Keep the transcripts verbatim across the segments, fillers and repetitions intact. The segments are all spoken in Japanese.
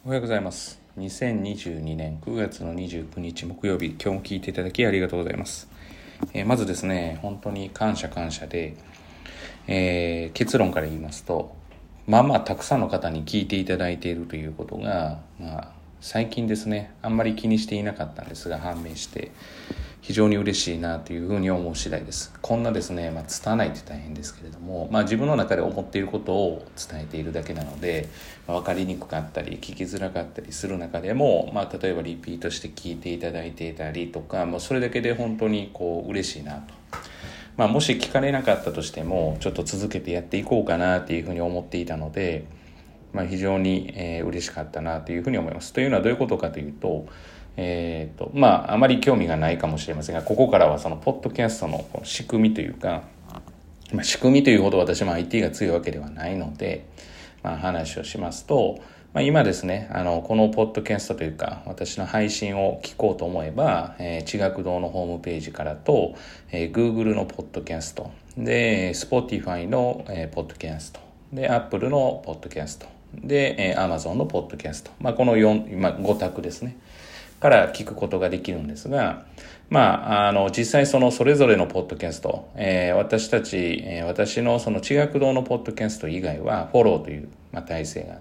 おはようございます。にせんにじゅうにねんくがつのにじゅうくにち木曜日、今日も聞いていただきありがとうございます。えー、まずですね、本当に感謝感謝で、えー、結論から言いますと、まあまあたくさんの方に聞いていただいているということが、まあ、最近ですね、あんまり気にしていなかったんですが判明して、非常に嬉しいなというふうに思う次第です。こんなですね、まあ、伝わないって大変ですけれども、まあ、自分の中で思っていることを伝えているだけなので、まあ、分かりにくかったり聞きづらかったりする中でも、まあ、例えばリピートして聞いていただいていたりとか、もうそれだけで本当にこう嬉しいなと。まあ、もし聞かれなかったとしてもちょっと続けてやっていこうかなというふうに思っていたので、まあ、非常に、えー、嬉しかったなというふうに思います。というのはどういうことかというと、えーとまあ、あまり興味がないかもしれませんが、ここからはそのポッドキャストの仕組みというか、まあ、仕組みというほど私も アイティー が強いわけではないので、まあ、話をしますと、まあ、今ですね、あのこのポッドキャストというか私の配信を聞こうと思えば、えー、地学堂のホームページからと、えー、Google のポッドキャストで Spotify の、えー、ポッドキャストで Apple のポッドキャストで、えー、Amazon のポッドキャスト、まあ、このよん、今ご択ですねから聞くことができるんですが、まあ、あの、実際そのそれぞれのポッドキャスト、えー、私たち、えー、私のその地学堂のポッドキャスト以外はフォローという、まあ、体制があって、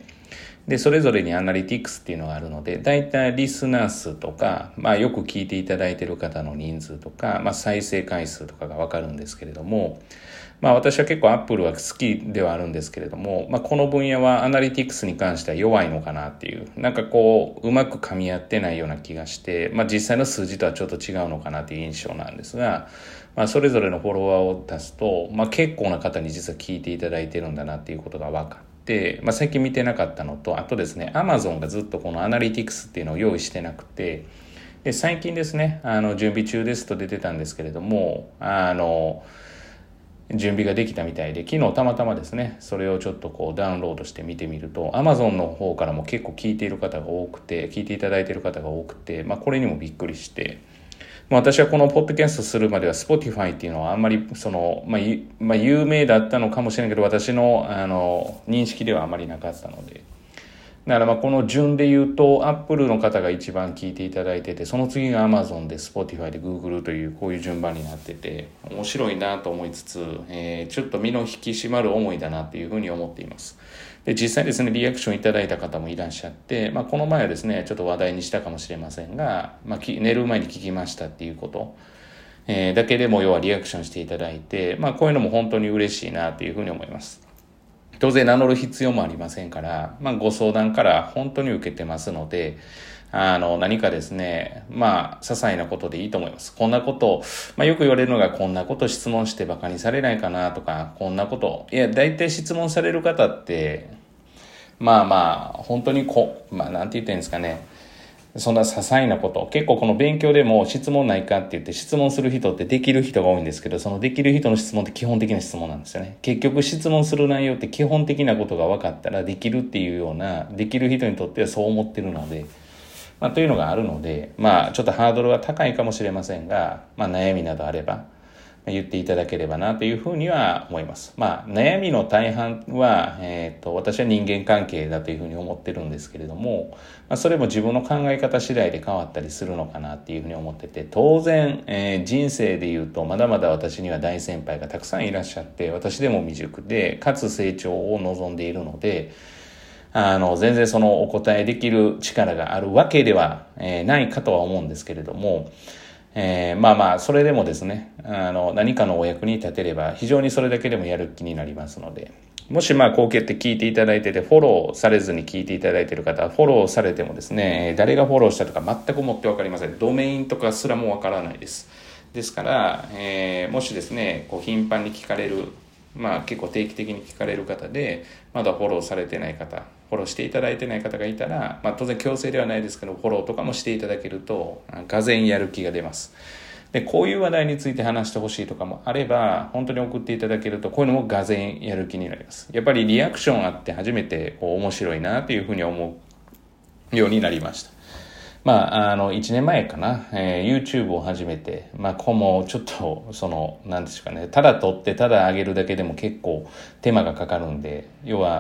で、それぞれにアナリティクスっていうのがあるので、だいたいリスナー数とか、まあよく聞いていただいている方の人数とか、まあ再生回数とかがわかるんですけれども、まあ私は結構アップルは好きではあるんですけれども、まあこの分野はアナリティクスに関しては弱いのかなっていう、なんかこう、うまく噛み合ってないような気がして、まあ実際の数字とはちょっと違うのかなという印象なんですが、まあそれぞれのフォロワーを足すと、まあ結構な方に実は聞いていただいてるんだなっていうことが分かって、で、まあ、最近見てなかったのと、あとですね、Amazon がずっとこのアナリティクスっていうのを用意してなくて、で最近ですね、あの準備中ですと出てたんですけれども、あの準備ができたみたいで、昨日たまたまですね、それをちょっとこうダウンロードして見てみると、Amazon の方からも結構聞いている方が多くて、聞いていただいている方が多くて、まあ、これにもびっくりして、私はこのポッドキャストするまでは Spotify っていうのはあんまりその、まあまあ、有名だったのかもしれないけど、私のあの認識ではあまりなかったので、だからまあこの順で言うと Apple の方が一番聞いていただいてて、その次が Amazon で Spotify で Google というこういう順番になってて面白いなと思いつつ、えー、ちょっと身の引き締まる思いだなというふうに思っています。で実際ですね、リアクションいただいた方もいらっしゃって、まあ、この前はですねちょっと話題にしたかもしれませんが、まあ、寝る前に聞きましたっていうこと、えー、だけでも要はリアクションしていただいて、まあ、こういうのも本当に嬉しいなというふうに思います。当然名乗る必要もありませんから、まあ、ご相談から本当に受けてますので、あの、何かですね、まあ、些細なことでいいと思います。こんなこと、まあ、よく言われるのが、こんなこと質問してバカにされないかなとか、こんなこと、いや、大体質問される方って、まあまあ、本当にこ、まあ、なんて言ってんですかね、そんな些細なこと、結構この勉強でも質問ないかって言って質問する人ってできる人が多いんですけど、そのできる人の質問って基本的な質問なんですよね。結局質問する内容って基本的なことが分かったらできるっていうような、できる人にとってはそう思ってるので、まあというのがあるので、まあちょっとハードルは高いかもしれませんが、まあ悩みなどあれば、言っていただければなというふうには思います。まあ悩みの大半は、えーと、私は人間関係だというふうに思ってるんですけれども、まあ、それも自分の考え方次第で変わったりするのかなっていうふうに思ってて、当然、えー、人生で言うとまだまだ私には大先輩がたくさんいらっしゃって、私でも未熟でかつ成長を望んでいるので、あの全然そのお答えできる力があるわけでは、えー、ないかとは思うんですけれども、えー、まあまあそれでもですね、あの何かのお役に立てれば非常にそれだけでもやる気になりますので、もしまあこうやって聞いていただいててフォローされずに聞いていただいている方は、フォローされてもですね、誰がフォローしたとか全くもって分かりません。ドメインとかすらも分からないです。ですから、えー、もしですねこう頻繁に聞かれる、まあ結構定期的に聞かれる方でまだフォローされてない方、フォローしていただいてない方がいたら、まあ当然強制ではないですけどフォローとかもしていただけるとがぜんやる気が出ます。でこういう話題について話してほしいとかもあれば本当に送っていただけると、こういうのもがぜんやる気になります。やっぱりリアクションあって初めてこう面白いなというふうに思うようになりました。まあ、あのいちねんまえかな、えー、YouTube を始めて、まあ、こうもちょっとその何ですかね、ただ撮ってただ上げるだけでも結構手間がかかるんで、要は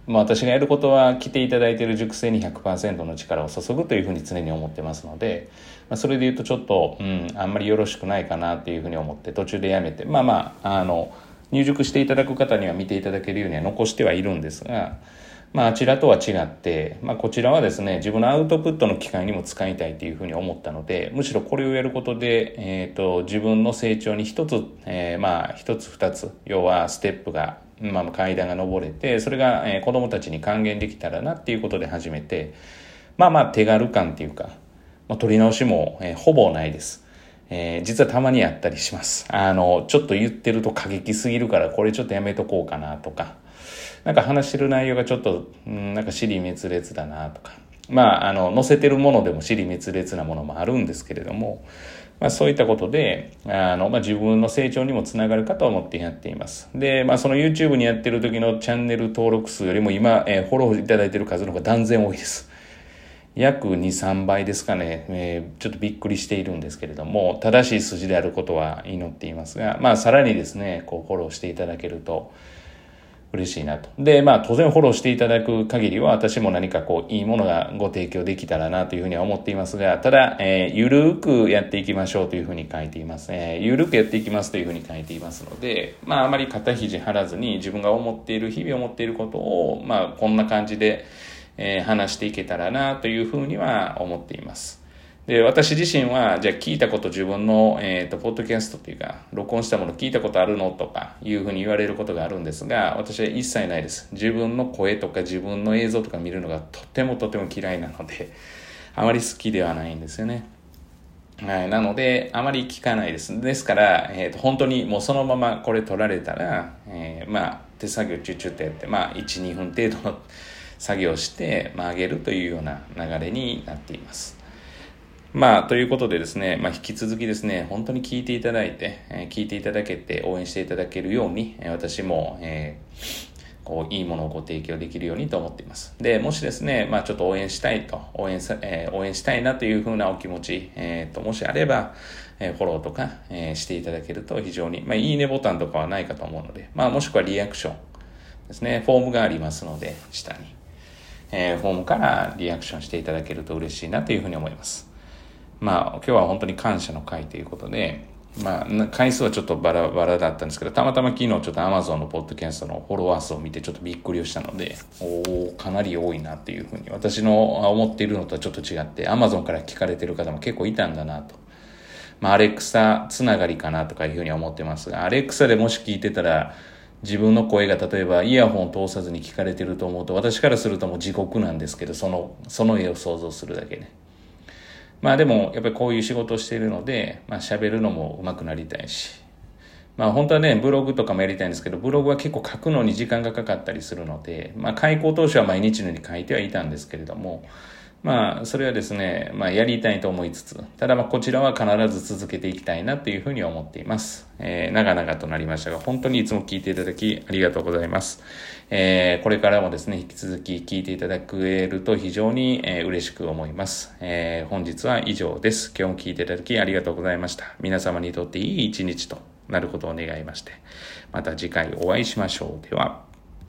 まあ、私がやることは来ていただいている塾生に ひゃくパーセント の力を注ぐというふうに常に思ってますので、まあ、それで言うとちょっと、うん、あんまりよろしくないかなっていうふうに思って途中でやめて、まあまあ、あの入塾していただく方には見ていただけるようには残してはいるんですが、まあ、あちらとは違って、まあ、こちらはですね、自分のアウトプットの機会にも使いたいというふうに思ったので、むしろこれをやることで、えーと、自分の成長に一つ、えー、まあ一つ二つ、要はステップが、まあ、階段が登れて、それが、えー、子供たちに還元できたらなっていうことで始めて、まあまあ手軽感っていうか、まあ、取り直しも、えー、ほぼないです。えー、実はたまにあったりします。あの、ちょっと言ってると過激すぎるからこれちょっとやめとこうかなとか、なんか話してる内容がちょっと、うん、なんか尻滅裂だなとか、まあ、あの、載せてるものでも尻滅裂なものもあるんですけれども、まあそういったことで、あの、まあ自分の成長にもつながるかと思ってやっています。で、まあその YouTube にやってる時のチャンネル登録数よりも今、えー、フォローいただいてる数の方が断然多いです。約に、さんばいですかね、えー、ちょっとびっくりしているんですけれども、正しい筋であることは祈っていますが、まあさらにですね、こうフォローしていただけると嬉しいなと。で、まあ当然フォローしていただく限りは私も何かこういいものがご提供できたらなというふうには思っていますが、ただ、えー、ゆるくやっていきましょうというふうに書いています。えー、ゆるくやっていきますというふうに書いていますので、まああまり肩肘張らずに自分が思っている、日々思っていることを、まあこんな感じで、えー、話していけたらなというふうには思っています。で、私自身は、じゃあ聞いたこと自分の、えっと、ポッドキャストっていうか、録音したもの聞いたことあるのとかいうふうに言われることがあるんですが、私は一切ないです。自分の声とか自分の映像とか見るのがとてもとても嫌いなので、あまり好きではないんですよね。はい。なので、あまり聞かないです。ですから、えっと、本当にもうそのままこれ撮られたら、えー、まあ、手作業チュチュってやって、まあ、いち、にふん程度の作業して、まあ、上げるというような流れになっています。まあ、ということでですね、まあ、引き続きですね、本当に聞いていただいて、えー、聞いていただけて応援していただけるように、えー、私も、えー、こう、いいものをご提供できるようにと思っています。で、もしですね、まあ、ちょっと応援したいと、応援さ、えー、応援したいなというふうなお気持ち、えー、と、もしあれば、えー、フォローとか、えー、していただけると非常に、まあ、いいねボタンとかはないかと思うので、まあ、もしくはリアクションですね、フォームがありますので、下に。えー、フォームからリアクションしていただけると嬉しいなというふうに思います。まあ今日は本当に感謝の会ということで、まあ回数はちょっとバラバラだったんですけど、たまたま昨日ちょっと Amazon のポッドキャストのフォロワー数を見てちょっとびっくりをしたので、おー、かなり多いなっていうふうに、私の思っているのとはちょっと違って、Amazon から聞かれてる方も結構いたんだなと。まあアレクサつながりかなとかいうふうには思ってますが、アレクサでもし聞いてたら、自分の声が例えばイヤホンを通さずに聞かれてると思うと、私からするともう地獄なんですけど、その、その絵を想像するだけね。まあでも、やっぱりこういう仕事をしているので、まあ喋るのも上手くなりたいし。まあ本当はね、ブログとかもやりたいんですけど、ブログは結構書くのに時間がかかったりするので、まあ開校当初は毎日のように書いてはいたんですけれども、まあそれはですね、まあやりたいと思いつつ、ただまあこちらは必ず続けていきたいなというふうに思っています。えー、長々となりましたが、本当にいつも聞いていただきありがとうございます。えー、これからもですね、引き続き聞いていただけると非常に、えー、嬉しく思います。えー、本日は以上です。今日も聞いていただきありがとうございました。皆様にとっていい一日となることを願いまして、また次回お会いしましょう。では。